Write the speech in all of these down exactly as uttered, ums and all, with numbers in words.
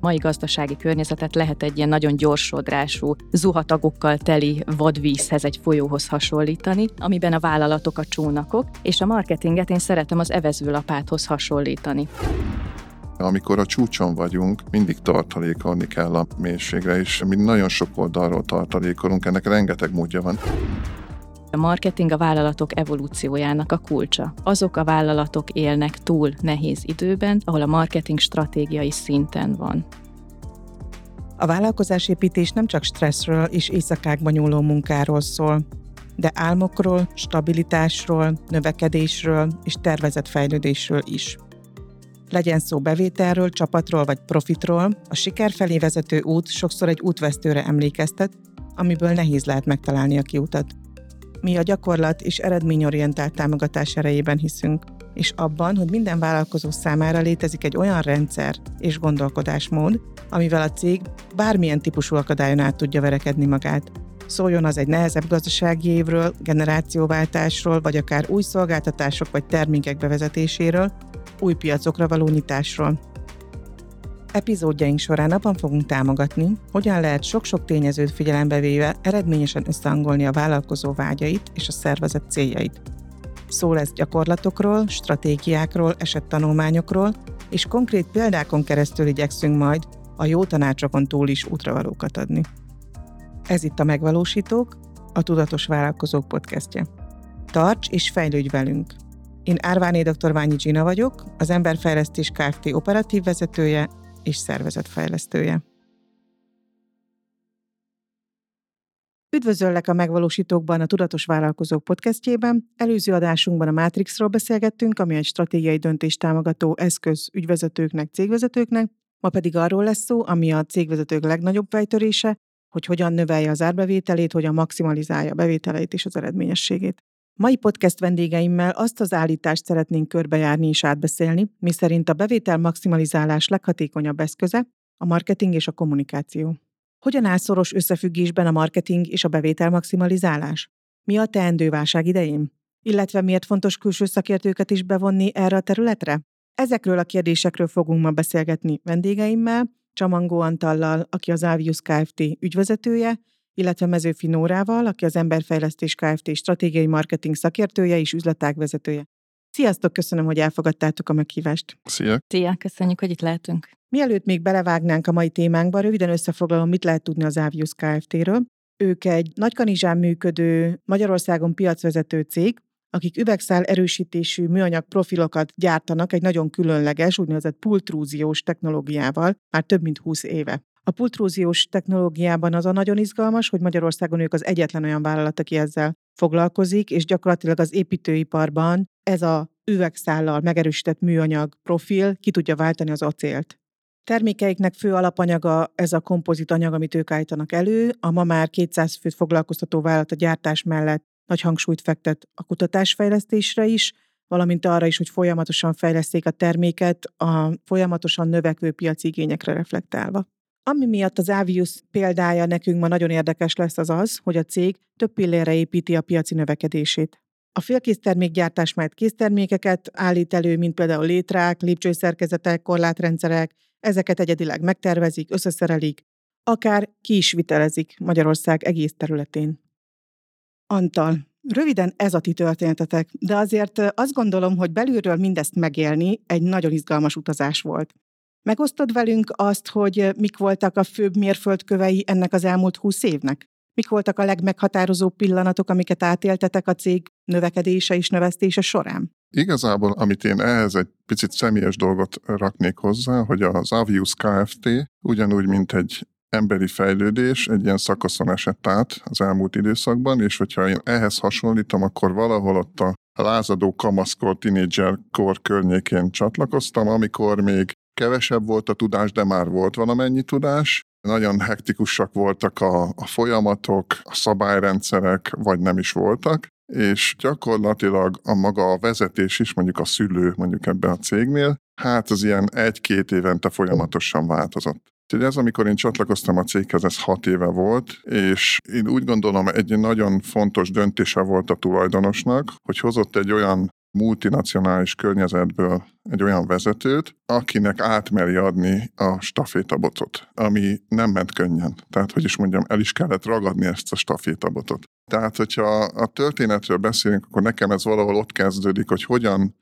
mai gazdasági környezetet lehet egy ilyen nagyon gyorsodrású, zuhatagokkal teli vadvízhez, egy folyóhoz hasonlítani, amiben a vállalatok a csónakok, és a marketinget én szeretem az evezőlapáthoz hasonlítani. Amikor a csúcson vagyunk, mindig tartalékolni kell a mélységre, és mi nagyon sok oldalról tartalékolunk, ennek rengeteg módja van. A marketing a vállalatok evolúciójának a kulcsa. Azok a vállalatok élnek túl nehéz időben, ahol a marketing stratégiai szinten van. A vállalkozásépítés nem csak stresszről és éjszakákban nyúló munkáról szól, de álmokról, stabilitásról, növekedésről és tervezett fejlődésről is. Legyen szó bevételről, csapatról vagy profitról, a siker felé vezető út sokszor egy útvesztőre emlékeztet, amiből nehéz lehet megtalálni a kiutat. Mi a gyakorlat és eredményorientált támogatás erejében hiszünk, és abban, hogy minden vállalkozó számára létezik egy olyan rendszer és gondolkodásmód, amivel a cég bármilyen típusú akadályon át tudja verekedni magát. Szóljon az egy nehezebb gazdasági évről, generációváltásról, vagy akár új szolgáltatások vagy termékek bevezetéséről, új piacokra való nyitásról. Epizódjaink során abban fogunk támogatni, hogyan lehet sok-sok tényezőt figyelembe véve eredményesen összehangolni a vállalkozó vágyait és a szervezet céljait. Szó lesz gyakorlatokról, stratégiákról, esettanulmányokról, és konkrét példákon keresztül igyekszünk majd a jó tanácsokon túl is útravalókat adni. Ez itt a Megvalósítók, a Tudatos Vállalkozók podcastje. Tarts és fejlődj velünk! Én Árváné dr. Ványi Gina vagyok, az Emberfejlesztés Kft. Operatív vezetője és szervezetfejlesztője. Üdvözöllek a Megvalósítókban, a Tudatos Vállalkozók podcastjében. Előző adásunkban a Mátrixról beszélgettünk, ami egy stratégiai döntést támogató eszköz ügyvezetőknek, cégvezetőknek, ma pedig arról lesz szó, ami a cégvezetők legnagyobb fejtörése, hogy hogyan növelje az árbevételét, hogyan maximalizálja a bevételeit és az eredményességét. Mai podcast vendégeimmel azt az állítást szeretnénk körbejárni és átbeszélni, miszerint a bevétel maximalizálás leghatékonyabb eszköze a marketing és a kommunikáció. Hogyan áll szoros összefüggésben a marketing és a bevétel maximalizálás? Mi a teendő válság idején? Illetve miért fontos külső szakértőket is bevonni erre a területre? Ezekről a kérdésekről fogunk ma beszélgetni vendégeimmel, Csamangó Antallal, aki az Avius Kft. Ügyvezetője, illetve Mezőfi Nórával, aki az Emberfejlesztés Kft. Stratégiai marketing szakértője és üzletágvezetője. Sziasztok, köszönöm, hogy elfogadtátok a meghívást. Szia! Szia, köszönjük, hogy itt lehetünk. Mielőtt még belevágnánk a mai témánkba, röviden összefoglalom, mit lehet tudni az Avius Kft.-ről. Ők egy Nagykanizsán működő, Magyarországon piacvezető cég, akik üvegszál erősítésű műanyag profilokat gyártanak egy nagyon különleges, úgynevezett pultrúziós technológiával már több mint húsz éve. A pultrúziós technológiában az a nagyon izgalmas, hogy Magyarországon ők az egyetlen olyan vállalat, aki ezzel foglalkozik, és gyakorlatilag az építőiparban ez a üvegszállal megerősített műanyag profil ki tudja váltani az acélt. Termékeiknek fő alapanyaga ez a kompozit anyag, amit ők állítanak elő. A ma már kétszáz főt foglalkoztató vállalat a gyártás mellett nagy hangsúlyt fektet a kutatásfejlesztésre is, valamint arra is, hogy folyamatosan fejleszték a terméket a folyamatosan növekvő piaci igényekre reflektálva. Ami miatt az Avius példája nekünk ma nagyon érdekes lesz az az, hogy a cég több pillérre építi a piaci növekedését. A félkésztermékgyártás mellett késztermékeket állít elő, mint például létrák, lépcsőszerkezetek, korlátrendszerek, ezeket egyedileg megtervezik, összeszerelik, akár ki is vitelezik Magyarország egész területén. Antal, röviden ez a ti történetetek, de azért azt gondolom, hogy belülről mindezt megélni egy nagyon izgalmas utazás volt. Megosztod velünk azt, hogy mik voltak a főbb mérföldkövei ennek az elmúlt húsz évnek? Mik voltak a legmeghatározóbb pillanatok, amiket átéltetek a cég növekedése és növesztése során? Igazából, amit én ehhez egy picit személyes dolgot raknék hozzá, hogy az Avius Kft. Ugyanúgy, mint egy emberi fejlődés, egy ilyen szakaszon esett át az elmúlt időszakban, és hogyha én ehhez hasonlítom, akkor valahol ott a lázadó kamaszkor, tínédzserkor környékén csatlakoztam, amikor még kevesebb volt a tudás, de már volt valamennyi tudás. Nagyon hektikusak voltak a, a folyamatok, a szabályrendszerek, vagy nem is voltak, és gyakorlatilag a maga a vezetés is, mondjuk a szülő mondjuk ebben a cégnél, hát az ilyen egy-két évente folyamatosan változott. Úgyhogy ez, amikor én csatlakoztam a céghez, ez hat éve volt, és én úgy gondolom, egy nagyon fontos döntése volt a tulajdonosnak, hogy hozott egy olyan multinacionális környezetből egy olyan vezetőt, akinek átmeri adni a stafétabotot, ami nem ment könnyen. Tehát, hogy is mondjam, el is kellett ragadni ezt a stafétabotot. Tehát, hogyha a történetről beszélünk, akkor nekem ez valahol ott kezdődik, hogy hogyan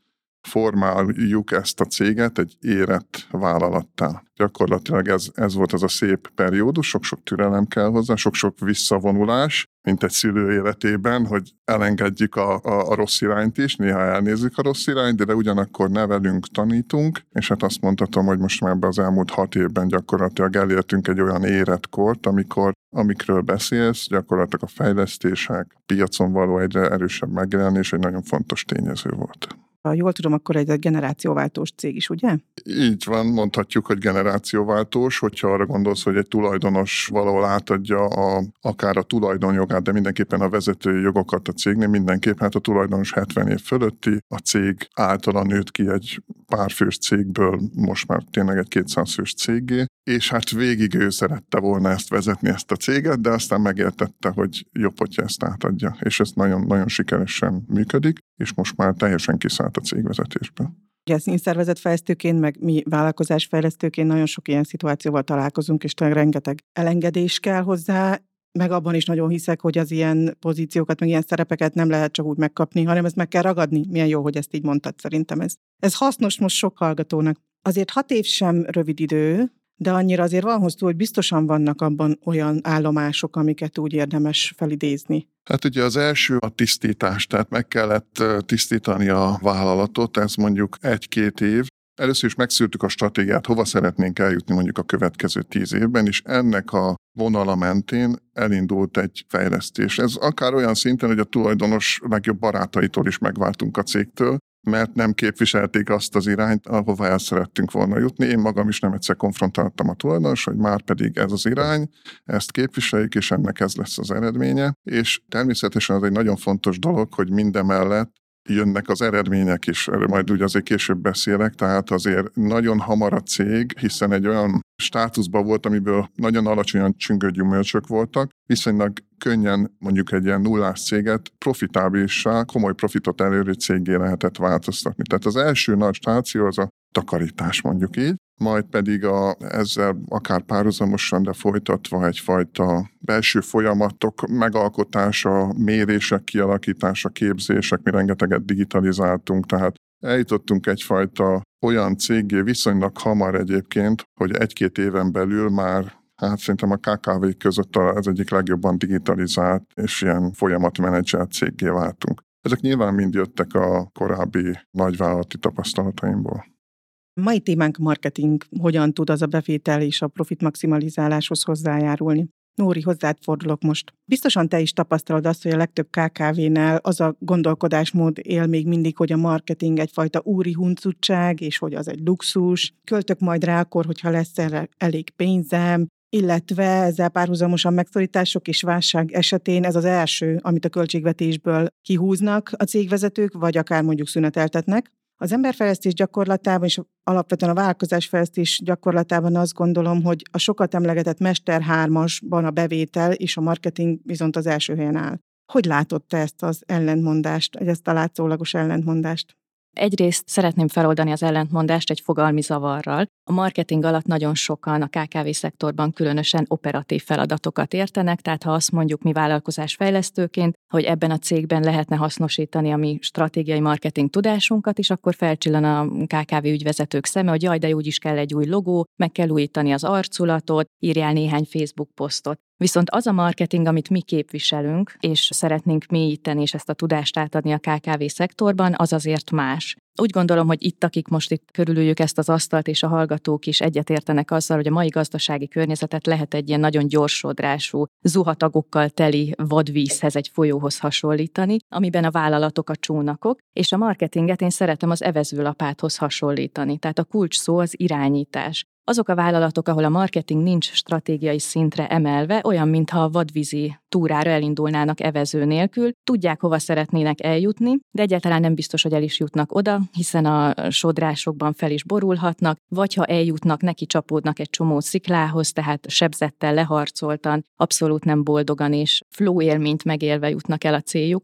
formáljuk ezt a céget egy érett vállalattá. Gyakorlatilag ez, ez volt az a szép periódus, sok-sok türelem kell hozzá, sok-sok visszavonulás, mint egy szülő életében, hogy elengedjük a, a, a rossz irányt is, néha elnézzük a rossz irányt, de ugyanakkor nevelünk, tanítunk, és hát azt mondhatom, hogy most már ebbe az elmúlt hat évben gyakorlatilag elértünk egy olyan érett kort, amikor amikről beszélsz, gyakorlatilag a fejlesztések, piacon való egyre erősebb megjelenés egy nagyon fontos tényező volt. Ha jól tudom, akkor egy generációváltós cég is, ugye? Így van, mondhatjuk, hogy generációváltós, hogyha arra gondolsz, hogy egy tulajdonos valahol átadja a, akár a tulajdonjogát, de mindenképpen a vezetői jogokat a cégnél, mindenképp hát a tulajdonos hetven év fölötti, a cég általa nőtt ki egy pár fős cégből, most már tényleg egy kétszáz fős céggé, és hát végig ő szerette volna ezt vezetni, ezt a céget, de aztán megértette, hogy jobb, hogyha ezt átadja, és ez nagyon-nagyon sikeresen működik, és most már teljesen kiszállt a cégvezetésből. Ugye színszervezetfejlesztőként, meg mi vállalkozásfejlesztőként nagyon sok ilyen szituációval találkozunk, és tényleg rengeteg elengedés kell hozzá, meg abban is nagyon hiszek, hogy az ilyen pozíciókat, meg ilyen szerepeket nem lehet csak úgy megkapni, hanem ezt meg kell ragadni. Milyen jó, hogy ezt így mondtad, szerintem ez. Ez hasznos most sok hallgatónak. Azért hat év sem rövid idő, de annyira azért van hosszú, hogy biztosan vannak abban olyan állomások, amiket úgy érdemes felidézni. Hát ugye az első a tisztítás, tehát meg kellett tisztítani a vállalatot, ez mondjuk egy-két év. Először is megszűrtük a stratégiát, hova szeretnénk eljutni mondjuk a következő tíz évben, és ennek a vonala mentén elindult egy fejlesztés. Ez akár olyan szinten, hogy a tulajdonos legjobb barátaitól is megváltunk a cégtől, mert nem képviselték azt az irányt, ahova el szerettünk volna jutni. Én magam is nem egyszer konfrontáltam a tulajdonos, hogy már pedig ez az irány, ezt képviseljük, és ennek ez lesz az eredménye. És természetesen az egy nagyon fontos dolog, hogy mindemellett jönnek az eredmények is, erről majd úgy azért később beszélek, tehát azért nagyon hamar a cég, hiszen egy olyan státuszban volt, amiből nagyon alacsonyan csüngő gyümölcsök voltak, viszonylag könnyen mondjuk egy ilyen nullás céget profitábilissá, komoly profitot elérő céggé lehetett változtatni. Tehát az első nagy stáció az a takarítás, mondjuk így, majd pedig a, ezzel akár párhuzamosan, de folytatva egyfajta belső folyamatok megalkotása, mérések kialakítása, képzések, mi rengeteget digitalizáltunk, tehát eljutottunk egyfajta olyan céggé viszonylag hamar egyébként, hogy egy-két éven belül már hát szerintem a ká ká vé között az egyik legjobban digitalizált és ilyen folyamatmenedzselt céggé váltunk. Ezek nyilván mind jöttek a korábbi nagyvállalati tapasztalataimból. Mai témánk marketing, hogyan tud az a bevétel és a profit maximalizáláshoz hozzájárulni. Nóri, hozzád fordulok most. Biztosan te is tapasztalod azt, hogy a legtöbb ká ká vénál az a gondolkodásmód él még mindig, hogy a marketing egyfajta úri huncutság, és hogy az egy luxus. Költök majd rá akkor, hogyha lesz erre elég pénzem, illetve ezzel párhuzamosan megszorítások és válság esetén ez az első, amit a költségvetésből kihúznak a cégvezetők, vagy akár mondjuk szüneteltetnek. Az emberfejlesztés gyakorlatában és alapvetően a vállalkozásfejlesztés gyakorlatában azt gondolom, hogy a sokat emlegetett Mester hármasban a bevétel és a marketing viszont az első helyen áll. Hogy látod te ezt az ellentmondást, vagy ezt a látszólagos ellentmondást? Egyrészt szeretném feloldani az ellentmondást egy fogalmi zavarral. A marketing alatt nagyon sokan a ká ká vé szektorban különösen operatív feladatokat értenek, tehát ha azt mondjuk mi vállalkozásfejlesztőként, hogy ebben a cégben lehetne hasznosítani a mi stratégiai marketing tudásunkat, és akkor felcsillan a ká ká vé ügyvezetők szeme, hogy jaj, de úgy is kell egy új logó, meg kell újítani az arculatot, írjál néhány Facebook posztot. Viszont az a marketing, amit mi képviselünk, és szeretnénk mélyíteni, és ezt a tudást átadni a ká ká vé szektorban, az azért más. Úgy gondolom, hogy itt, akik most itt körülüljük ezt az asztalt, és a hallgatók is egyetértenek azzal, hogy a mai gazdasági környezetet lehet egy ilyen nagyon gyorsodrású, zuhatagokkal teli vadvízhez, egy folyóhoz hasonlítani, amiben a vállalatok a csónakok, és a marketinget én szeretem az evezőlapáthoz hasonlítani. Tehát a kulcs szó az irányítás. Azok a vállalatok, ahol a marketing nincs stratégiai szintre emelve, olyan, mintha a vadvízi túrára elindulnának evező nélkül, tudják, hova szeretnének eljutni, de egyáltalán nem biztos, hogy el is jutnak oda, hiszen a sodrásokban fel is borulhatnak, vagy ha eljutnak, neki csapódnak egy csomó sziklához, tehát sebzettel, leharcoltan, abszolút nem boldogan és flow élményt megélve jutnak el a céljukhoz.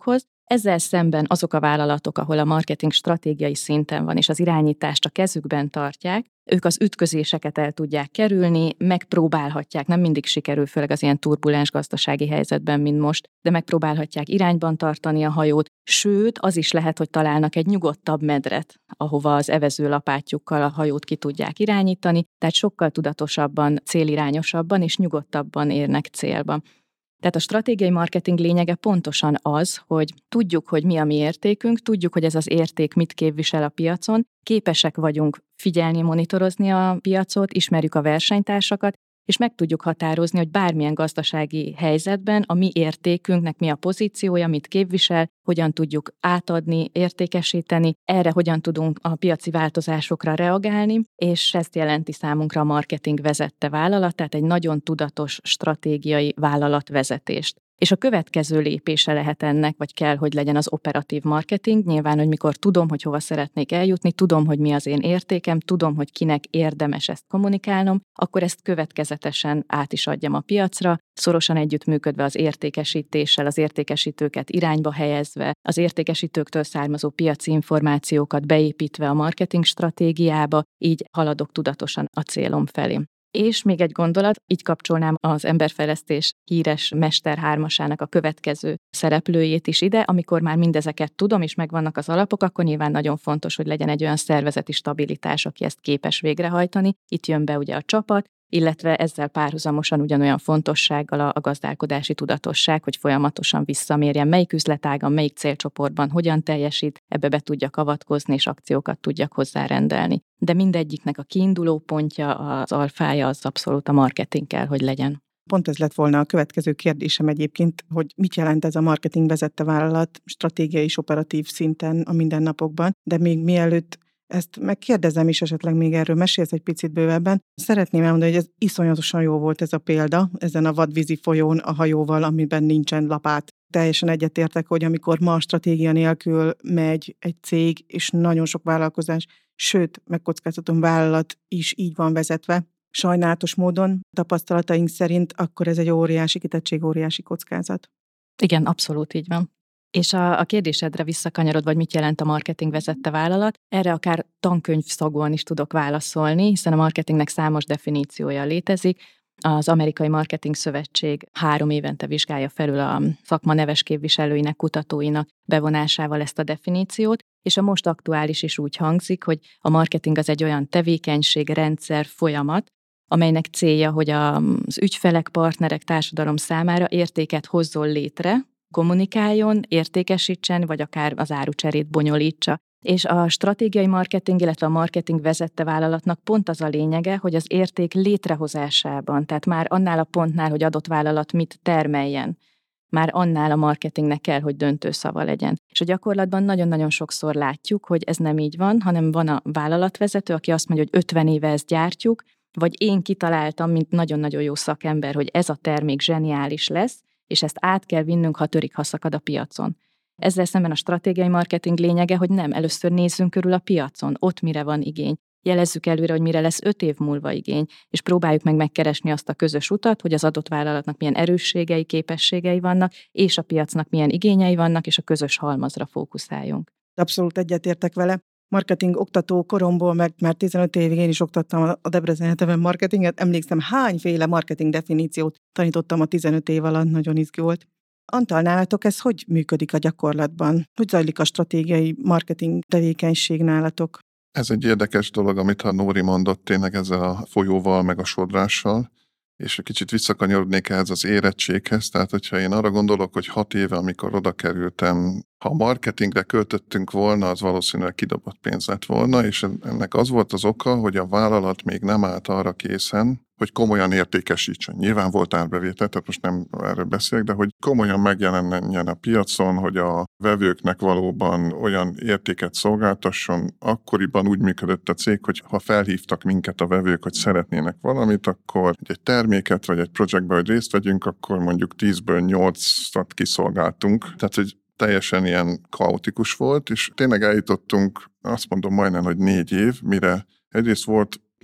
Ezzel szemben azok a vállalatok, ahol a marketing stratégiai szinten van, és az irányítást a kezükben tartják, ők az ütközéseket el tudják kerülni, megpróbálhatják, nem mindig sikerül, főleg az ilyen turbulens gazdasági helyzetben, mint most, de megpróbálhatják irányban tartani a hajót, sőt, az is lehet, hogy találnak egy nyugodtabb medret, ahova az evező lapátjukkal a hajót ki tudják irányítani, tehát sokkal tudatosabban, célirányosabban és nyugodtabban érnek célba. Tehát a stratégiai marketing lényege pontosan az, hogy tudjuk, hogy mi a mi értékünk, tudjuk, hogy ez az érték mit képvisel a piacon, képesek vagyunk figyelni, monitorozni a piacot, ismerjük a versenytársakat, és meg tudjuk határozni, hogy bármilyen gazdasági helyzetben a mi értékünknek mi a pozíciója, mit képvisel, hogyan tudjuk átadni, értékesíteni, erre hogyan tudunk a piaci változásokra reagálni, és ezt jelenti számunkra a marketing vezette vállalat, tehát egy nagyon tudatos stratégiai vállalatvezetést. És a következő lépése lehet ennek, vagy kell, hogy legyen az operatív marketing. Nyilván, hogy mikor tudom, hogy hova szeretnék eljutni, tudom, hogy mi az én értékem, tudom, hogy kinek érdemes ezt kommunikálnom, akkor ezt következetesen át is adjam a piacra, szorosan együttműködve az értékesítéssel, az értékesítőket irányba helyezve, az értékesítőktől származó piaci információkat beépítve a marketing stratégiába, így haladok tudatosan a célom felé. És még egy gondolat, így kapcsolnám az emberfejlesztés híres Mester hármasának a következő szereplőjét is ide, amikor már mindezeket tudom, és megvannak az alapok, akkor nyilván nagyon fontos, hogy legyen egy olyan szervezeti stabilitás, aki ezt képes végrehajtani. Itt jön be ugye a csapat, illetve ezzel párhuzamosan ugyanolyan fontossággal a, a gazdálkodási tudatosság, hogy folyamatosan visszamérjen, melyik üzletágan, melyik célcsoportban hogyan teljesít, ebbe be tudjak avatkozni, és akciókat tudjak hozzárendelni. De mindegyiknek a kiinduló pontja, az alfája az abszolút a marketing kell, hogy legyen. Pont ez lett volna a következő kérdésem egyébként, hogy mit jelent ez a marketing vezette vállalat stratégiai és operatív szinten a mindennapokban, de még mielőtt ezt megkérdezem is, esetleg még erről mesélsz egy picit bővebben. Szeretném elmondani, hogy ez iszonyatosan jó volt ez a példa, ezen a vadvízi folyón a hajóval, amiben nincsen lapát. Teljesen egyetértek, hogy amikor ma stratégia nélkül megy egy cég, és nagyon sok vállalkozás, sőt, megkockáztatom, vállalat is így van vezetve, sajnálatos módon, tapasztalataink szerint, akkor ez egy óriási kitettség, óriási kockázat. Igen, abszolút így van. És a, a kérdésedre visszakanyarodva, hogy mit jelent a marketing vezette vállalat, erre akár tankönyvszagúan is tudok válaszolni, hiszen a marketingnek számos definíciója létezik. Az Amerikai Marketing Szövetség három évente vizsgálja felül a szakma neves képviselőinek, kutatóinak bevonásával ezt a definíciót, és a most aktuális is úgy hangzik, hogy a marketing az egy olyan tevékenység, rendszer, folyamat, amelynek célja, hogy az ügyfelek, partnerek, társadalom számára értéket hozzon létre, kommunikáljon, értékesítsen, vagy akár az árucserét bonyolítsa. És a stratégiai marketing, illetve a marketing vezette vállalatnak pont az a lényege, hogy az érték létrehozásában, tehát már annál a pontnál, hogy adott vállalat mit termeljen, már annál a marketingnek kell, hogy döntő szava legyen. És a gyakorlatban nagyon-nagyon sokszor látjuk, hogy ez nem így van, hanem van a vállalatvezető, aki azt mondja, hogy ötven éve ezt gyártjuk, vagy én kitaláltam, mint nagyon-nagyon jó szakember, hogy ez a termék zseniális lesz, és ezt át kell vinnünk, ha törik, ha szakad a piacon. Ezzel szemben a stratégiai marketing lényege, hogy nem, először nézzünk körül a piacon, ott mire van igény. Jelezzük előre, hogy mire lesz öt év múlva igény, és próbáljuk meg megkeresni azt a közös utat, hogy az adott vállalatnak milyen erősségei, képességei vannak, és a piacnak milyen igényei vannak, és a közös halmazra fókuszáljunk. Abszolút egyetértek vele. Marketing oktató koromból, meg már tizenöt évig én is oktattam a Debrecen Egyetemen marketinget, emlékszem, hányféle marketing definíciót tanítottam a tizenöt év alatt, nagyon izgi volt. Antal, nálatok ez hogy működik a gyakorlatban? Hogy zajlik a stratégiai marketing tevékenység nálatok? Ez egy érdekes dolog, amit a Nóri mondott tényleg ezzel a folyóval, meg a sodrással, és egy kicsit visszakanyarodnék ehhez az érettséghez, tehát hogyha én arra gondolok, hogy hat éve, amikor oda kerültem, ha marketingre költöttünk volna, az valószínűleg kidobott pénz lett volna, és ennek az volt az oka, hogy a vállalat még nem állt arra készen, hogy komolyan értékesítsen. Nyilván volt árbevétel, tehát most nem erről beszélek, de hogy komolyan megjelenjen a piacon, hogy a vevőknek valóban olyan értéket szolgáltasson. Akkoriban úgy működött a cég, hogy ha felhívtak minket a vevők, hogy szeretnének valamit, akkor egy terméket vagy egy projektbe, hogy részt vegyünk, akkor mondjuk tízből nyolcat kiszolgáltunk. Tehát, hogy teljesen ilyen kaotikus volt, és tényleg eljutottunk, azt mondom majdnem, hogy négy év, mire egyrészt volt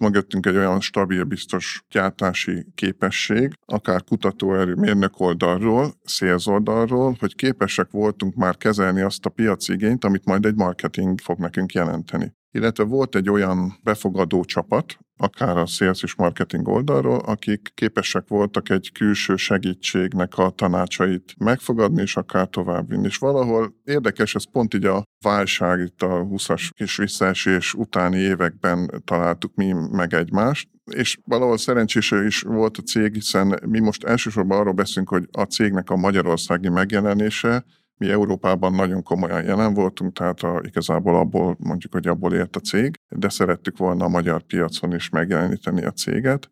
mögöttünk egy olyan stabil, biztos gyártási képesség, akár kutatóerő, mérnök oldalról, sales oldalról, hogy képesek voltunk már kezelni azt a piaci igényt, amit majd egy marketing fog nekünk jelenteni. Illetve volt egy olyan befogadó csapat, akár a sales és marketing oldalról, akik képesek voltak egy külső segítségnek a tanácsait megfogadni, és akár továbbvinni. És valahol érdekes, ez pont így a válság, itt a húszas kis visszaesés utáni években találtuk mi meg egymást, és valahol szerencsés is volt a cég, hiszen mi most elsősorban arról beszélünk, hogy a cégnek a magyarországi megjelenése, mi Európában nagyon komolyan jelen voltunk, tehát a, igazából abból, mondjuk, hogy abból élt a cég, de szerettük volna a magyar piacon is megjeleníteni a céget,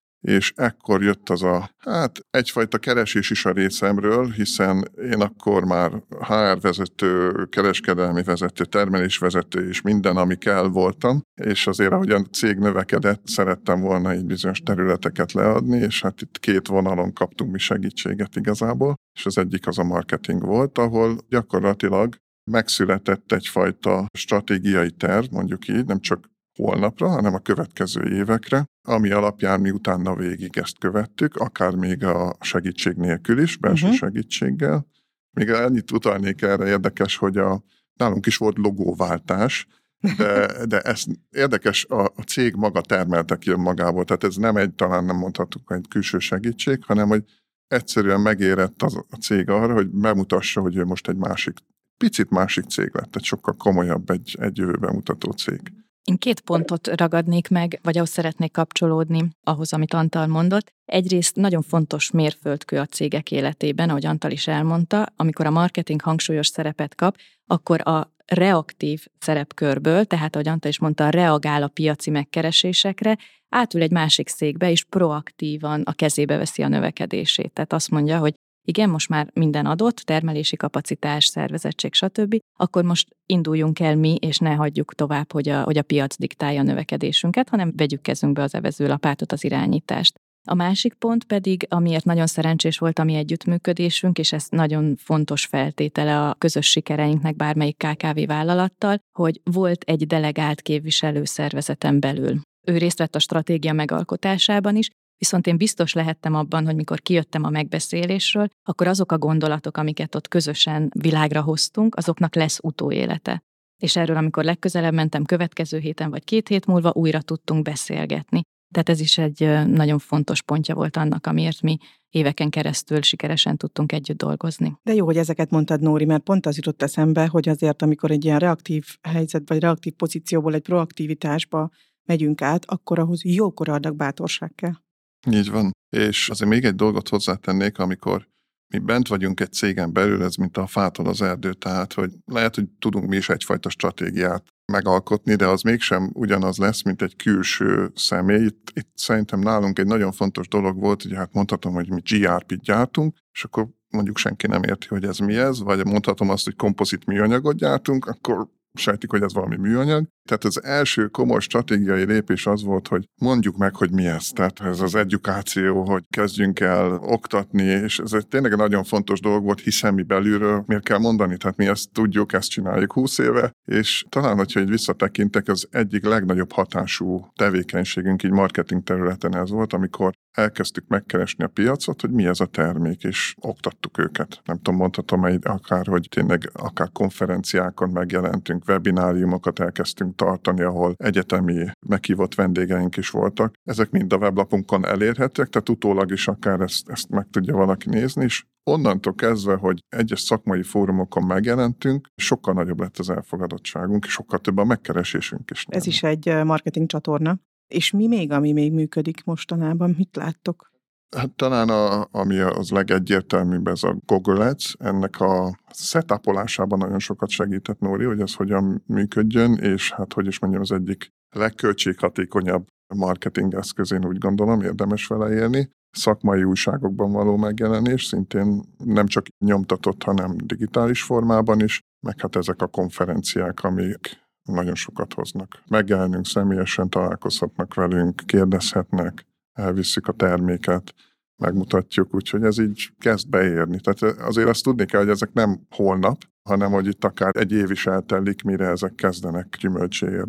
és ekkor jött az a, hát egyfajta keresés is a részemről, hiszen én akkor már há er vezető, kereskedelmi vezető, termelésvezető és minden, ami kell voltam, és azért, ahogy a cég növekedett, szerettem volna így bizonyos területeket leadni, és hát itt két vonalon kaptunk mi segítséget igazából, és az egyik az a marketing volt, ahol gyakorlatilag megszületett egyfajta stratégiai terv, mondjuk így, nem csak holnapra, hanem a következő évekre, ami alapján mi utána végig ezt követtük, akár még a segítség nélkül is, belső uh-huh. segítséggel. Még annyit utalnék erre, érdekes, hogy a, nálunk is volt logóváltás, de, de ez érdekes, a, a cég maga termelte ki magából, tehát ez nem egy, talán nem mondhatunk egy külső segítség, hanem hogy egyszerűen megérett az, a cég arra, hogy bemutassa, hogy ő most egy másik, picit másik cég lett, egy sokkal komolyabb, egy, egy jövőben mutató cég. Én két pontot ragadnék meg, vagy ahhoz szeretnék kapcsolódni, ahhoz, amit Antal mondott. Egyrészt nagyon fontos mérföldkő a cégek életében, ahogy Antal is elmondta, amikor a marketing hangsúlyos szerepet kap, akkor a reaktív szerepkörből, tehát ahogy Antal is mondta, reagál a piaci megkeresésekre, átül egy másik székbe, és proaktívan a kezébe veszi a növekedését. Tehát azt mondja, hogy igen, most már minden adott, termelési kapacitás, szervezettség, stb., akkor most induljunk el mi, és ne hagyjuk tovább, hogy a, hogy a piac diktálja a növekedésünket, hanem vegyük kezünkbe az evezőlapátot, az irányítást. A másik pont pedig, amiért nagyon szerencsés volt a mi együttműködésünk, és ez nagyon fontos feltétele a közös sikereinknek bármelyik ká ká vé vállalattal, hogy volt egy delegált képviselő szervezeten belül. Ő részt vett a stratégia megalkotásában is, viszont én biztos lehettem abban, hogy mikor kijöttem a megbeszélésről, akkor azok a gondolatok, amiket ott közösen világra hoztunk, azoknak lesz utóélete. És erről, amikor legközelebb mentem, következő héten vagy két hét múlva újra tudtunk beszélgetni. Tehát ez is egy nagyon fontos pontja volt annak, amiért mi éveken keresztül sikeresen tudtunk együtt dolgozni. De jó, hogy ezeket mondtad, Nóri, mert pont az jutott eszembe, hogy azért, amikor egy ilyen reaktív helyzet, vagy reaktív pozícióból egy proaktivitásba megyünk át, akkor ahhoz jókora adag bátorság kell. Így van. És azért még egy dolgot hozzátennék, amikor mi bent vagyunk egy cégen belül, ez mint a fától az erdő, tehát hogy lehet, hogy tudunk mi is egyfajta stratégiát megalkotni, de az mégsem ugyanaz lesz, mint egy külső személy. Itt, itt szerintem nálunk egy nagyon fontos dolog volt, hogy hát mondhatom, hogy mi gé er pét gyártunk, és akkor mondjuk senki nem érti, hogy ez mi ez, vagy mondhatom azt, hogy kompozit műanyagot gyártunk, akkor sejtik, hogy ez valami műanyag. Tehát az első komoly stratégiai lépés az volt, hogy mondjuk meg, hogy mi ez. Tehát ez az edukáció, hogy kezdjünk el oktatni, és ez egy tényleg egy nagyon fontos dolog volt, hiszen mi belülről miért kell mondani. Tehát mi ezt tudjuk, ezt csináljuk húsz éve, és talán, hogyha így visszatekintek, az egyik legnagyobb hatású tevékenységünk így marketing területen ez volt, amikor elkezdtük megkeresni a piacot, hogy mi ez a termék, és oktattuk őket. Nem tudom, mondhatom akár, hogy tényleg akár konferenciákon megjelentünk, webináriumokat elkezdtünk tartani, ahol egyetemi meghívott vendégeink is voltak. Ezek mind a weblapunkon elérhetőek, tehát utólag is akár ezt, ezt meg tudja valaki nézni, és onnantól kezdve, hogy egyes szakmai fórumokon megjelentünk, sokkal nagyobb lett az elfogadottságunk, és sokkal több a megkeresésünk is. Ez is egy marketing csatorna. És mi még, ami még működik mostanában? Mit láttok? Hát talán a, ami az legegyértelműbb, ez a Google Ads, ennek a setupolásában nagyon sokat segített Nóri, hogy ez hogyan működjön, és hát hogy is mondjam, az egyik legköltséghatékonyabb marketing eszköz, én úgy gondolom, érdemes vele élni. Szakmai újságokban való megjelenés, szintén nem csak nyomtatott, hanem digitális formában is, meg hát ezek a konferenciák, amik nagyon sokat hoznak. Megjelenünk személyesen, találkozhatnak velünk, kérdezhetnek, elvisszük a terméket, megmutatjuk, úgyhogy ez így kezd beérni. Tehát azért azt tudni kell, hogy ezek nem holnap, hanem hogy itt akár egy év is eltelik, mire ezek kezdenek gyümölcsé érni.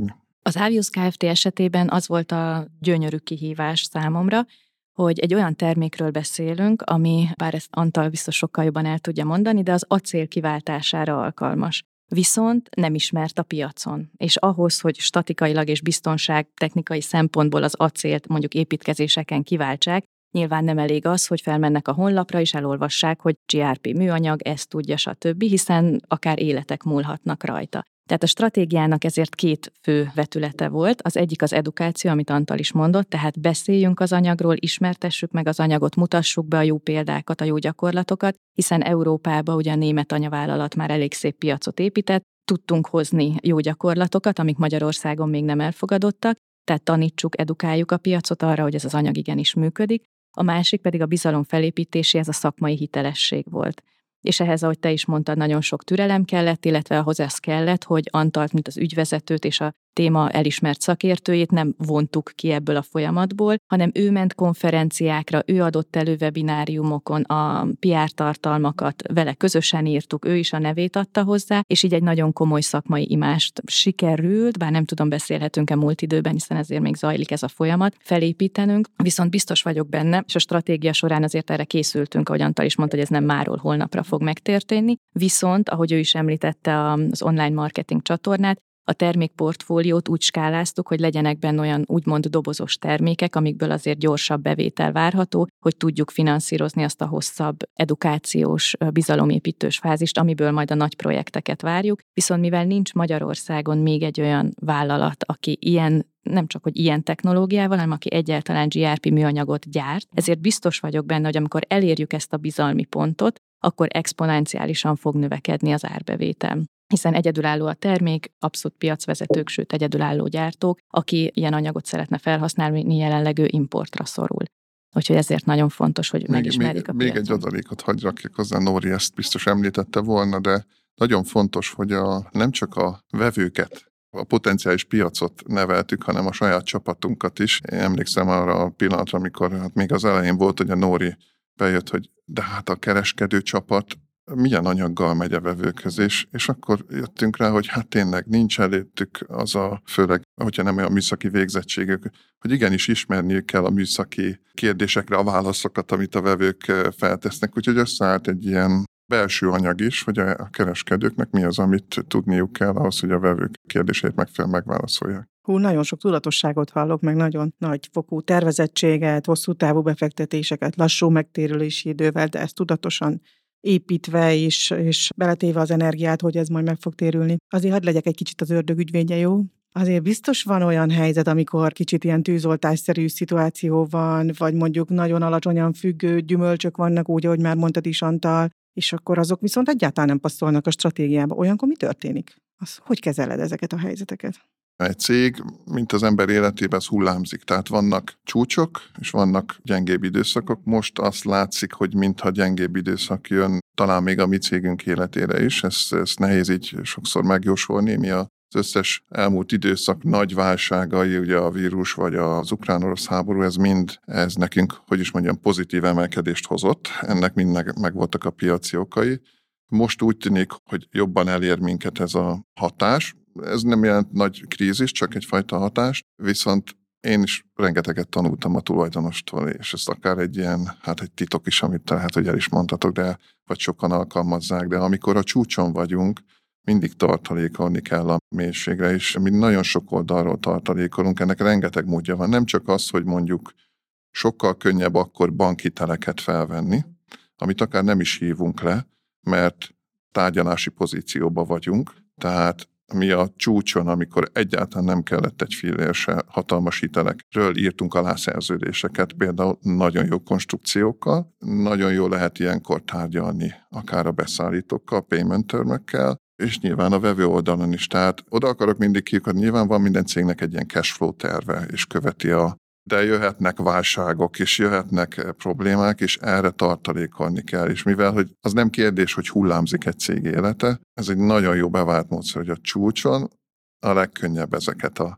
Az Avius Kft. Esetében az volt a gyönyörű kihívás számomra, hogy egy olyan termékről beszélünk, ami, bár ezt Antal biztos sokkal jobban el tudja mondani, de az acél kiváltására alkalmas. Viszont nem ismert a piacon. És ahhoz, hogy statikailag és biztonság technikai szempontból az acélt mondjuk építkezéseken kiváltsák, nyilván nem elég az, hogy felmennek a honlapra és elolvassák, hogy gé er pé műanyag, ezt tudja, stb., hiszen akár életek múlhatnak rajta. Tehát a stratégiának ezért két fő vetülete volt. Az egyik az edukáció, amit Antal is mondott, tehát beszéljünk az anyagról, ismertessük meg az anyagot, mutassuk be a jó példákat, a jó gyakorlatokat, hiszen Európában ugye a német anyavállalat már elég szép piacot épített, tudtunk hozni jó gyakorlatokat, amik Magyarországon még nem elfogadottak, tehát tanítsuk, edukáljuk a piacot arra, hogy ez az anyag igenis működik. A másik pedig a bizalom felépítéséhez a szakmai hitelesség volt. És ehhez, ahogy te is mondtad, nagyon sok türelem kellett, illetve ahhoz ez kellett, hogy Antalt, mint az ügyvezetőt és a téma elismert szakértőjét nem vontuk ki ebből a folyamatból, hanem ő ment konferenciákra, ő adott elő webináriumokon a pé er tartalmakat, vele közösen írtuk, ő is a nevét adta hozzá, és így egy nagyon komoly szakmai imást sikerült, bár nem tudom, beszélhetünk-e múlt időben, hiszen ezért még zajlik ez a folyamat, felépítenünk, viszont biztos vagyok benne, és a stratégia során azért erre készültünk, ahogy Antal is mondta, hogy ez nem máról holnapra fog megtörténni, viszont, ahogy ő is említette az online marketing csatornát, a termékportfóliót úgy skáláztuk, hogy legyenek benne olyan úgymond dobozos termékek, amikből azért gyorsabb bevétel várható, hogy tudjuk finanszírozni azt a hosszabb edukációs, bizalomépítős fázist, amiből majd a nagy projekteket várjuk. Viszont mivel nincs Magyarországon még egy olyan vállalat, aki ilyen nem csak, hogy ilyen technológiával, hanem aki egyáltalán gé er pé műanyagot gyárt, ezért biztos vagyok benne, hogy amikor elérjük ezt a bizalmi pontot, akkor exponenciálisan fog növekedni az árbevétel. Hiszen egyedülálló a termék, abszolút piacvezetők, sőt egyedülálló gyártók, aki ilyen anyagot szeretne felhasználni, jelenleg ő importra szorul. Úgyhogy ezért nagyon fontos, hogy még, megismerjük a még, piacon. Még egy adalékot hagyj rakjak hozzá, Nóri ezt biztos említette volna, de nagyon fontos, hogy a, nem csak a vevőket, a potenciális piacot neveltük, hanem a saját csapatunkat is. Én emlékszem arra a pillanatra, amikor hát még az elején volt, hogy a Nóri bejött, hogy de hát a kereskedő csapat milyen anyaggal megy a vevőkhöz, és, és akkor jöttünk rá, hogy hát tényleg nincs előttük az a, főleg, hogyha nem olyan műszaki végzettségük, hogy igenis ismerniük kell a műszaki kérdésekre a válaszokat, amit a vevők feltesznek, úgyhogy összeállt egy ilyen belső anyag is, hogy a kereskedőknek mi az, amit tudniuk kell ahhoz, hogy a vevők kérdését megfelelően megválaszolják. Hú, nagyon sok tudatosságot hallok, meg nagyon nagy fokú tervezettséget, hosszú távú befektetéseket, lassú megtérülési idővel, de ezt tudatosan építve és, és beletéve az energiát, hogy ez majd meg fog térülni. Azért hadd legyek egy kicsit az ördög ügyvédje, jó? Azért biztos van olyan helyzet, amikor kicsit ilyen tűzoltásszerű szituáció van, vagy mondjuk nagyon alacsonyan függő gyümölcsök vannak, úgy, ahogy már mondtad is, Antal, és akkor azok viszont egyáltalán nem passzolnak a stratégiába. Olyankor mi történik? Az, hogy kezeled ezeket a helyzeteket? Egy cég, mint az ember életében, az hullámzik. Tehát vannak csúcsok, és vannak gyengébb időszakok. Most azt látszik, hogy mintha gyengébb időszak jön, talán még a mi cégünk életére is. Ezt, ezt nehéz így sokszor megjósolni. Mi az összes elmúlt időszak nagy válságai, ugye a vírus vagy az ukrán-orosz háború, ez mind, ez nekünk, hogy is mondjam, pozitív emelkedést hozott. Ennek mind meg, meg voltak a piaci okai. Most úgy tűnik, hogy jobban elér minket ez a hatás. Ez nem jelent nagy krízis, csak egyfajta hatás, viszont én is rengeteget tanultam a tulajdonostól, és ez akár egy ilyen, hát egy titok is, amit lehet, hogy el is mondhatok, de vagy sokan alkalmazzák, de amikor a csúcson vagyunk, mindig tartalékolni kell a mélységre, és mi nagyon sok oldalról tartalékolunk, ennek rengeteg módja van. Nem csak az, hogy mondjuk sokkal könnyebb akkor bankhiteleket felvenni, amit akár nem is hívunk le, mert tárgyalási pozícióba vagyunk, tehát mi a csúcson, amikor egyáltalán nem kellett egy fillér se hatalmas hitelekről írtunk alá szerződéseket, például nagyon jó konstrukciókkal, nagyon jó lehet ilyenkor tárgyalni akár a beszállítókkal, payment termekkel, és nyilván a vevő oldalon is. Tehát oda akarok mindig kiukadni, nyilván van minden cégnek egy ilyen cashflow terve, és követi a de jöhetnek válságok, és jöhetnek problémák, és erre tartalékolni kell. És mivel, hogy az nem kérdés, hogy hullámzik egy cég élete, ez egy nagyon jó bevált módszer, hogy a csúcson a legkönnyebb ezeket a,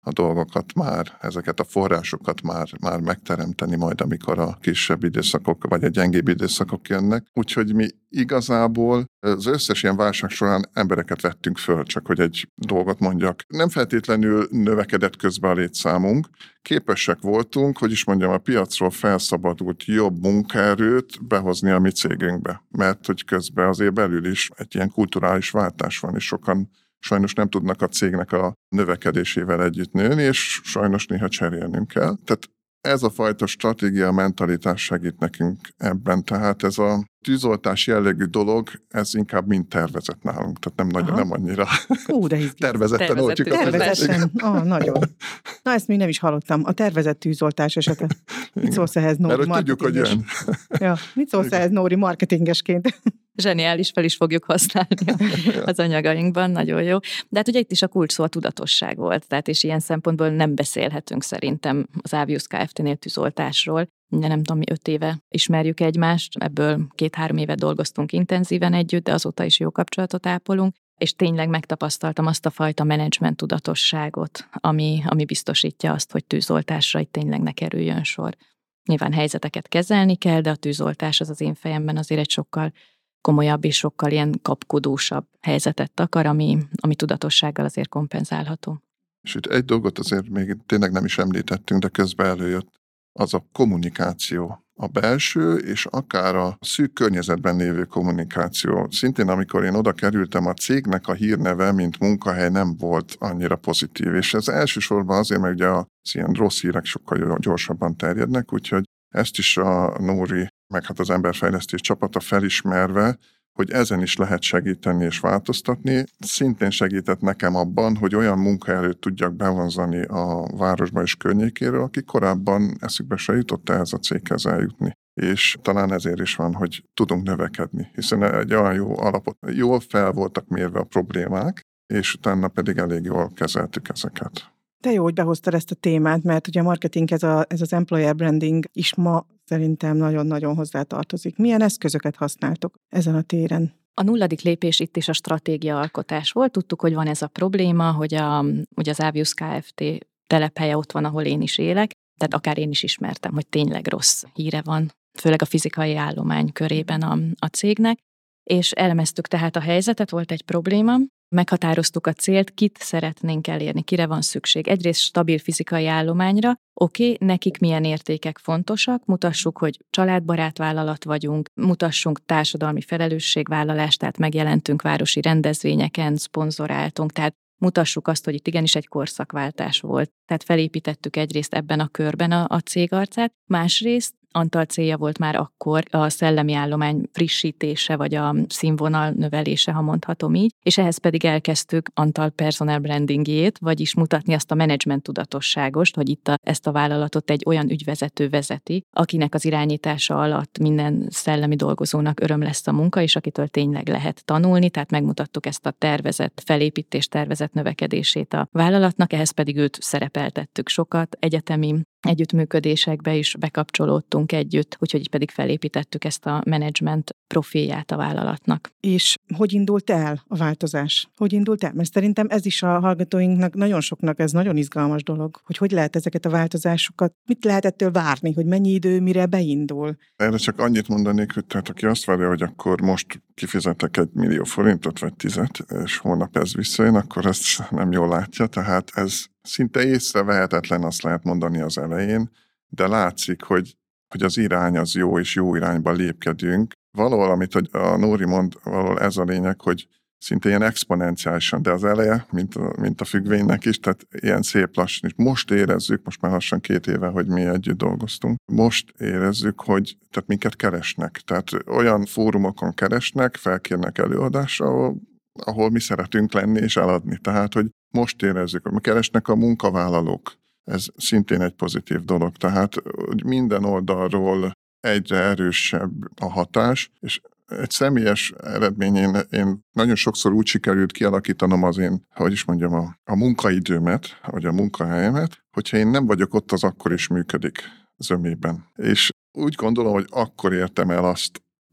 a dolgokat már, ezeket a forrásokat már, már megteremteni majd, amikor a kisebb időszakok, vagy a gyengébb időszakok jönnek. Úgyhogy mi igazából az összes ilyen válság során embereket vettünk föl, csak hogy egy dolgot mondjak. Nem feltétlenül növekedett közben a létszámunk, képesek voltunk, hogy is mondjam, a piacról felszabadult jobb munkaerőt behozni a mi cégünkbe, mert hogy közben azért belül is egy ilyen kulturális váltás van, és sokan sajnos nem tudnak a cégnek a növekedésével együtt nőni, és sajnos néha cserélnünk kell. Tehát ez a fajta stratégia, mentalitás segít nekünk ebben. Tehát ez a tűzoltás jellegű dolog, ez inkább mind tervezett nálunk. Tehát nem, nagyon, nem annyira Ú, de tervezetten oltjuk. Tervezetten, ah, nagyon. Na, ezt még nem is hallottam. A tervezett tűzoltás esete. Mit szólsz ehhez, Nóri? Mert hogy tudjuk, hogy jön. Ja, mit szólsz ehhez, Nóri, marketingesként? Zseniális, fel is fogjuk használni az anyagainkban, nagyon jó. De hát ugye itt is a kulcs szó a tudatosság volt, tehát és ilyen szempontból nem beszélhetünk szerintem az Avius Kft-nél tűzoltásról. De nem tudom, mi öt éve ismerjük egymást, ebből két-három éve dolgoztunk intenzíven együtt, de azóta is jó kapcsolatot ápolunk, és tényleg megtapasztaltam azt a fajta menedzsment tudatosságot, ami, ami biztosítja azt, hogy tűzoltásra itt tényleg ne kerüljön sor. Nyilván helyzeteket kezelni kell, de a tűzoltás az az én fejemben azért egy sokkal komolyabb és sokkal ilyen kapkodósabb helyzetet akar, ami, ami tudatossággal azért kompenzálható. És itt egy dolgot azért még tényleg nem is említettünk, de közben előjött, az a kommunikáció. A belső és akár a szűk környezetben lévő kommunikáció. Szintén amikor én oda kerültem, a cégnek a hírneve, mint munkahely nem volt annyira pozitív. És ez elsősorban azért, mert ugye az ilyen rossz hírek sokkal gyorsabban terjednek, úgyhogy ezt is a Nóri, meg hát az emberfejlesztés csapata felismerve, hogy ezen is lehet segíteni és változtatni. Szintén segített nekem abban, hogy olyan munkaerőt tudjak bevonzani a városba és környékéről, aki korábban eszükbe se jutott ehhez a céghez eljutni. És talán ezért is van, hogy tudunk növekedni, hiszen egy olyan jó alapot, jól fel voltak mérve a problémák, és utána pedig elég jól kezeltük ezeket. De jó, hogy behoztad ezt a témát, mert ugye a marketing, ez, a, ez az employer branding is ma szerintem nagyon-nagyon hozzátartozik. Milyen eszközöket használtok ezen a téren? A nulladik lépés itt is a stratégiaalkotás volt. Tudtuk, hogy van ez a probléma, hogy a, ugye az Avius Kft. Telephelye ott van, ahol én is élek, tehát akár én is ismertem, hogy tényleg rossz híre van, főleg a fizikai állomány körében a, a cégnek, és elemeztük tehát a helyzetet, volt egy probléma, meghatároztuk a célt, kit szeretnénk elérni, kire van szükség. Egyrészt stabil fizikai állományra, oké, okay, nekik milyen értékek fontosak, mutassuk, hogy családbarát vállalat vagyunk, mutassunk társadalmi felelősségvállalást, tehát megjelentünk városi rendezvényeken, szponzoráltunk, tehát mutassuk azt, hogy itt igenis egy korszakváltás volt. Tehát felépítettük egyrészt ebben a körben a, a cég arcát, másrészt Antal célja volt már akkor a szellemi állomány frissítése, vagy a színvonal növelése, ha mondhatom így, és ehhez pedig elkezdtük Antal personal brandingjét, vagyis mutatni azt a menedzsment tudatosságost, hogy itt a, ezt a vállalatot egy olyan ügyvezető vezeti, akinek az irányítása alatt minden szellemi dolgozónak öröm lesz a munka, és akitől tényleg lehet tanulni, tehát megmutattuk ezt a tervezett felépítés, tervezett növekedését a vállalatnak, ehhez pedig őt szerepeltettük sokat, egyetemi együttműködésekbe is bekapcsolódtunk együtt, úgyhogy így pedig felépítettük ezt a menedzsment profilját a vállalatnak. És hogy indult el a változás? Hogy indult el? Mert szerintem ez is a hallgatóinknak, nagyon soknak ez nagyon izgalmas dolog, hogy hogy lehet ezeket a változásokat, mit lehet ettől várni, hogy mennyi idő, mire beindul? Erre csak annyit mondanék, hogy tehát aki azt várja, hogy akkor most kifizetek egy millió forintot, vagy tizet, és holnap ez visszajön, akkor ezt nem jól látja, tehát ez szinte észrevehetetlen, azt lehet mondani az elején, de látszik, hogy, hogy az irány az jó, és jó irányba lépkedünk. Valahol, amit a Nóri mond, valahol ez a lényeg, hogy szinte ilyen exponenciálisan, de az eleje, mint a, mint a függvénynek is, tehát ilyen szép lassan, és most érezzük, most már lassan két éve, hogy mi együtt dolgoztunk, most érezzük, hogy tehát minket keresnek, tehát olyan fórumokon keresnek, felkérnek előadásra, ahol, ahol mi szeretünk lenni és eladni, tehát, hogy most érezzük, hogy keresnek a munkavállalók. Ez szintén egy pozitív dolog, tehát hogy minden oldalról egyre erősebb a hatás, és egy személyes eredményén én nagyon sokszor úgy sikerült kialakítanom az én, hogy is mondjam, a, a munkaidőmet, vagy a munkahelyemet, hogyha én nem vagyok ott, az akkor is működik zömében. És úgy gondolom, hogy akkor értem el azt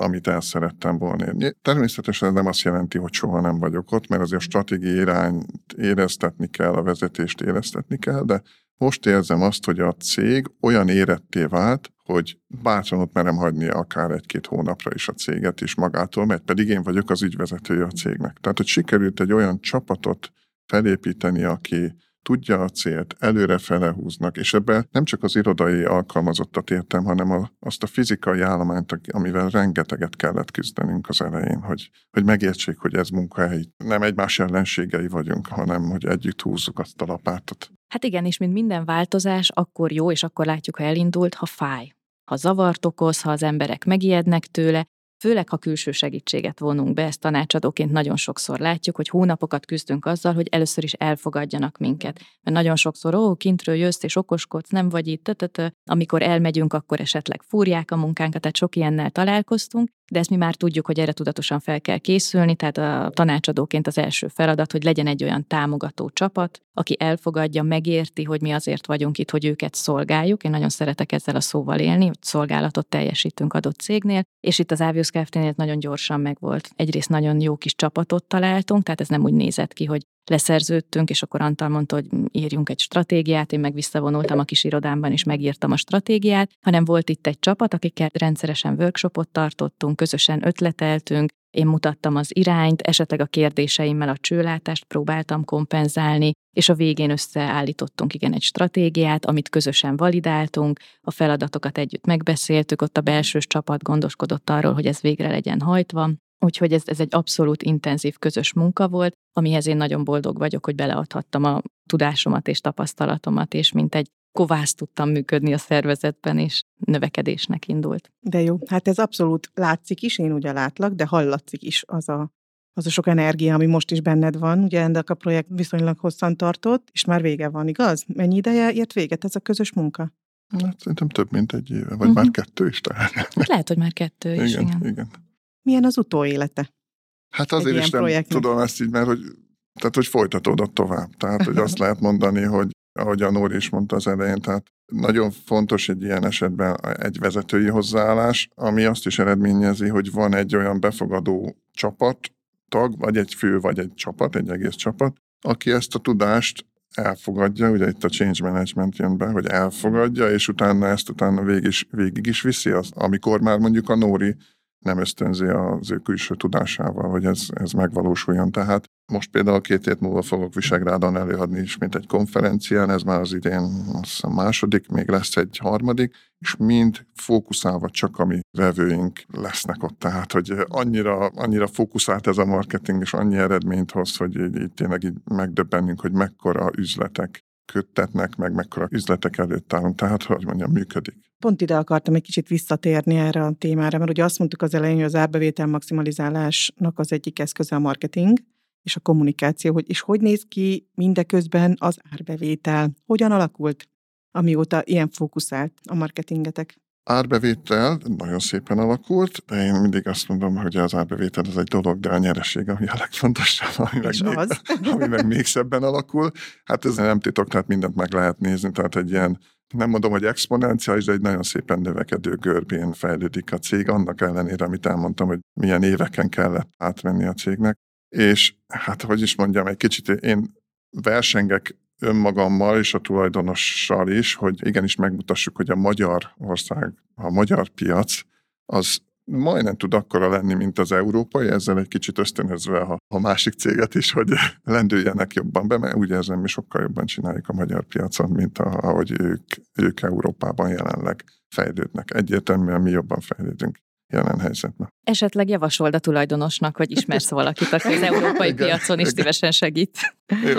amit el szerettem volna érni. Természetesen ez nem azt jelenti, hogy soha nem vagyok ott, mert azért a stratégiai irányt éreztetni kell, a vezetést éreztetni kell, de most érzem azt, hogy a cég olyan éretté vált, hogy bátran ott merem hagyni akár egy-két hónapra is a céget is magától, mert pedig én vagyok az ügyvezetője a cégnek. Tehát, hogy sikerült egy olyan csapatot felépíteni, aki tudja a célt, előre felehúznak, és ebben nem csak az irodai alkalmazottat értem, hanem a, azt a fizikai állományt, amivel rengeteget kellett küzdenünk az elején, hogy, hogy megértsék, hogy ez munkahely. Nem egymás ellenségei vagyunk, hanem hogy együtt húzzuk azt a lapátot. Hát igen, és mint minden változás, akkor jó, és akkor látjuk, ha elindult, ha fáj. Ha zavart okoz, ha az emberek megijednek tőle, főleg, ha külső segítséget vonunk be, ezt tanácsadóként nagyon sokszor látjuk, hogy hónapokat küzdünk azzal, hogy először is elfogadjanak minket. Mert nagyon sokszor, ó, kintről jössz és okoskodsz, nem vagy itt, tötötö. Amikor elmegyünk, akkor esetleg fúrják a munkánkat, tehát sok ilyennel találkoztunk, de ezt mi már tudjuk, hogy erre tudatosan fel kell készülni, tehát a tanácsadóként az első feladat, hogy legyen egy olyan támogató csapat, aki elfogadja, megérti, hogy mi azért vagyunk itt, hogy őket szolgáljuk. Én nagyon szeretek ezzel a szóval élni, hogy szolgálatot teljesítünk adott cégnél, és itt az Avius Kft-nél nagyon gyorsan megvolt. Egyrészt nagyon jó kis csapatot találtunk, tehát ez nem úgy nézett ki, hogy leszerződtünk, és akkor Antal mondta, hogy írjunk egy stratégiát, én meg visszavonultam a kis irodámban, és megírtam a stratégiát, hanem volt itt egy csapat, akikkel rendszeresen workshopot tartottunk, közösen ötleteltünk, én mutattam az irányt, esetleg a kérdéseimmel a csőlátást próbáltam kompenzálni, és a végén összeállítottunk igen egy stratégiát, amit közösen validáltunk, a feladatokat együtt megbeszéltük, ott a belsős csapat gondoskodott arról, hogy ez végre legyen hajtva. Úgyhogy ez, ez egy abszolút intenzív közös munka volt, amihez én nagyon boldog vagyok, hogy beleadhattam a tudásomat és tapasztalatomat, és mint egy kovász tudtam működni a szervezetben, és növekedésnek indult. De jó, hát ez abszolút látszik is, én ugye látlak, de hallatszik is az a, az a sok energia, ami most is benned van. Ugye ennek a projekt viszonylag hosszan tartott, és már vége van, igaz? Mennyi ideje ért véget ez a közös munka? Hát szerintem több mint egy éve, vagy uh-huh. már kettő is talán. Lehet, hogy már kettő is, igen. igen. igen. Milyen az utóélete? Hát azért is nem projektnek? Tudom ezt így, mert hogy, tehát, hogy folytatódott tovább. Tehát, hogy azt lehet mondani, hogy ahogy a Nóri is mondta az elején, tehát nagyon fontos egy ilyen esetben egy vezetői hozzáállás, ami azt is eredményezi, hogy van egy olyan befogadó csapattag, vagy egy fő, vagy egy csapat, egy egész csapat, aki ezt a tudást elfogadja, ugye itt a change management jön be, hogy elfogadja, és utána ezt utána végig is, végig is viszi, az, amikor már mondjuk a Nóri nem ösztönzi az ő külső tudásával, hogy ez, ez megvalósuljon. Tehát most például két hét múlva fogok Visegrádon előadni ismét egy konferencián, ez már az idén azt hiszem második, még lesz egy harmadik, és mind fókuszálva csak a mi vevőink lesznek ott. Tehát, hogy annyira, annyira fókuszált ez a marketing, és annyi eredményt hoz, hogy így, így tényleg így megdöbbennünk, hogy mekkora üzletek köttetnek, meg mekkora üzletek előtt állunk. Tehát, hogy mondjam, működik. Pont ide akartam egy kicsit visszatérni erre a témára, mert ugye azt mondtuk az elején, hogy az árbevétel maximalizálásnak az egyik eszköze a marketing és a kommunikáció, hogy és hogy néz ki mindeközben az árbevétel? Hogyan alakult, amióta ilyen fókuszált a marketingetek? Árbevétel nagyon szépen alakult, de én mindig azt mondom, hogy az árbevétel az egy dolog, de a nyereség, ami a legfontosabb, ami, meg még, az. ami meg még szebben alakul. Hát ez nem titok, tehát mindent meg lehet nézni, tehát egy ilyen, nem mondom, hogy exponenciális, de egy nagyon szépen növekedő görbén fejlődik a cég, annak ellenére, amit elmondtam, hogy milyen éveken kellett átmenni a cégnek. És hát, hogy is mondjam, egy kicsit én versengek önmagammal és a tulajdonossal is, hogy igenis megmutassuk, hogy a Magyarország, a magyar piac, az majdnem tud akkora lenni, mint az európai, ezzel egy kicsit ösztönözve a, a másik céget is, hogy lendüljenek jobban be, mert úgy érzem, mi sokkal jobban csináljuk a magyar piacon, mint a, ahogy ők, ők Európában jelenleg fejlődnek. Egyértelműen mi jobban fejlődünk jelen helyzetben. Esetleg javasold a tulajdonosnak, hogy ismersz valakit, aki az európai igen, piacon is szívesen segít. Jó.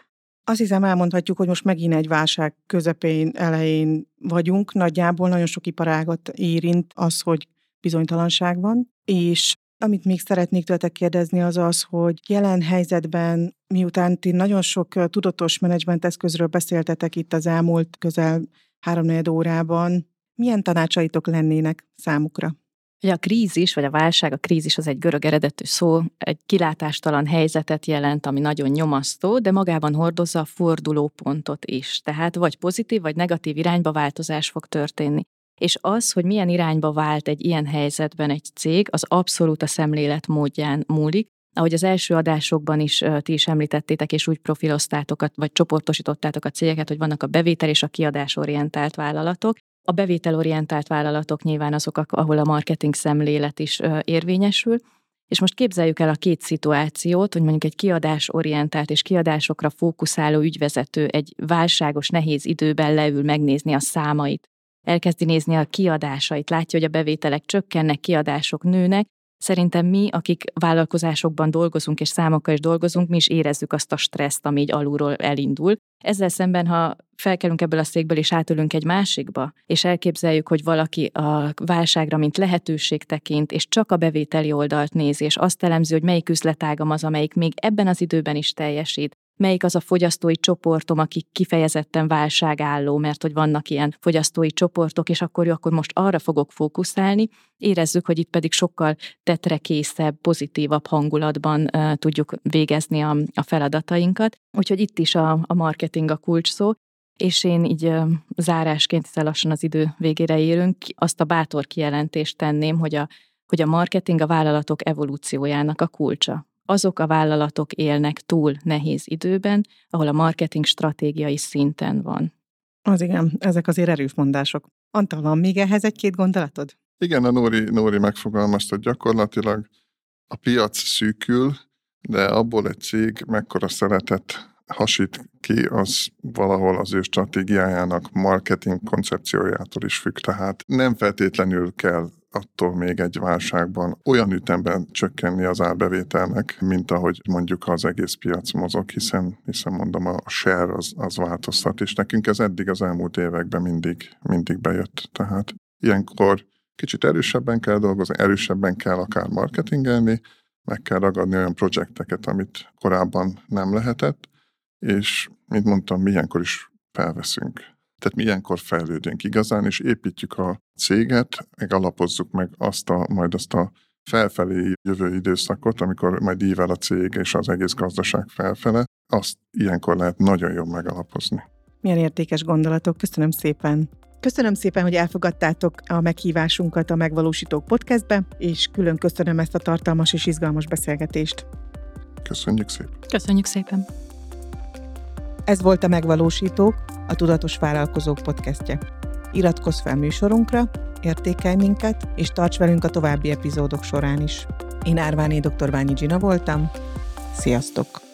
Azt hiszem elmondhatjuk, hogy most megint egy válság közepén, elején vagyunk. Nagyjából nagyon sok iparágat érint az, hogy bizonytalanság van, és amit még szeretnék tőletek kérdezni az az, hogy jelen helyzetben, miután ti nagyon sok tudatos menedzsment eszközről beszéltetek itt az elmúlt közel háromnegyed órában, milyen tanácsaitok lennének számukra? Ugye a krízis, vagy a válság, a krízis az egy görög eredetű szó, egy kilátástalan helyzetet jelent, ami nagyon nyomasztó, de magában hordozza a fordulópontot is. Tehát vagy pozitív, vagy negatív irányba változás fog történni. És az, hogy milyen irányba vált egy ilyen helyzetben egy cég, az abszolút a szemlélet módján múlik. Ahogy az első adásokban is ti is említettétek, és úgy profiloztátok, vagy csoportosítottátok a cégeket, hogy vannak a bevétel és a kiadásorientált vállalatok. A bevételorientált vállalatok nyilván azok, ahol a marketing szemlélet is érvényesül. És most képzeljük el a két szituációt, hogy mondjuk egy kiadásorientált és kiadásokra fókuszáló ügyvezető egy válságos, nehéz időben leül megnézni a számait, elkezdi nézni a kiadásait, látja, hogy a bevételek csökkennek, kiadások nőnek. Szerintem mi, akik vállalkozásokban dolgozunk és számokkal is dolgozunk, mi is érezzük azt a stresszt, ami így alulról elindul. Ezzel szemben, ha felkelünk ebből a székből és átülünk egy másikba, és elképzeljük, hogy valaki a válságra, mint lehetőség tekint, és csak a bevételi oldalt nézi, és azt elemzi, hogy melyik üzletágam az, amelyik még ebben az időben is teljesít, melyik az a fogyasztói csoportom, akik kifejezetten válságálló, mert hogy vannak ilyen fogyasztói csoportok, és akkor, akkor most arra fogok fókuszálni, érezzük, hogy itt pedig sokkal tetrekészebb, pozitívabb hangulatban uh, tudjuk végezni a, a feladatainkat. Úgyhogy itt is a, a marketing a kulcs szó, és én így uh, zárásként, hiszen lassan az idő végére érünk, azt a bátor kijelentést tenném, hogy a, hogy a marketing a vállalatok evolúciójának a kulcsa. Azok a vállalatok élnek túl nehéz időben, ahol a marketing stratégiai szinten van. Az igen, ezek azért erős mondások. Antal, van még ehhez egy-két gondolatod? Igen, a Nóri, Nóri megfogalmazta, hogy gyakorlatilag a piac szűkül, de abból egy cég mekkora szeretet hasít ki, az valahol az ő stratégiájának, marketing koncepciójától is függ. Tehát nem feltétlenül kell attól még egy válságban olyan ütemben csökkenni az árbevételnek, mint ahogy mondjuk az egész piac mozog, hiszen, hiszen mondom, a share az, az változtat, és nekünk ez eddig az elmúlt években mindig, mindig bejött. Tehát ilyenkor kicsit erősebben kell dolgozni, erősebben kell akár marketingelni, meg kell ragadni olyan projekteket, amit korábban nem lehetett, és, mint mondtam, mi ilyenkor is felveszünk. Tehát mi ilyenkor fejlődünk igazán, és építjük a céget, meg alapozzuk meg azt a, majd azt a felfelé jövő időszakot, amikor majd ível a cég és az egész gazdaság felfele, azt ilyenkor lehet nagyon jól megalapozni. Milyen értékes gondolatok, köszönöm szépen! Köszönöm szépen, hogy elfogadtátok a meghívásunkat a Megvalósítók podcastbe, és külön köszönöm ezt a tartalmas és izgalmas beszélgetést. Köszönjük szépen! Köszönjük szépen! Ez volt a Megvalósítók, a Tudatos Vállalkozók podcastje. Iratkozz fel műsorunkra, értékelj minket, és tarts velünk a további epizódok során is. Én Árváné dr. Ványi Gina voltam. Sziasztok!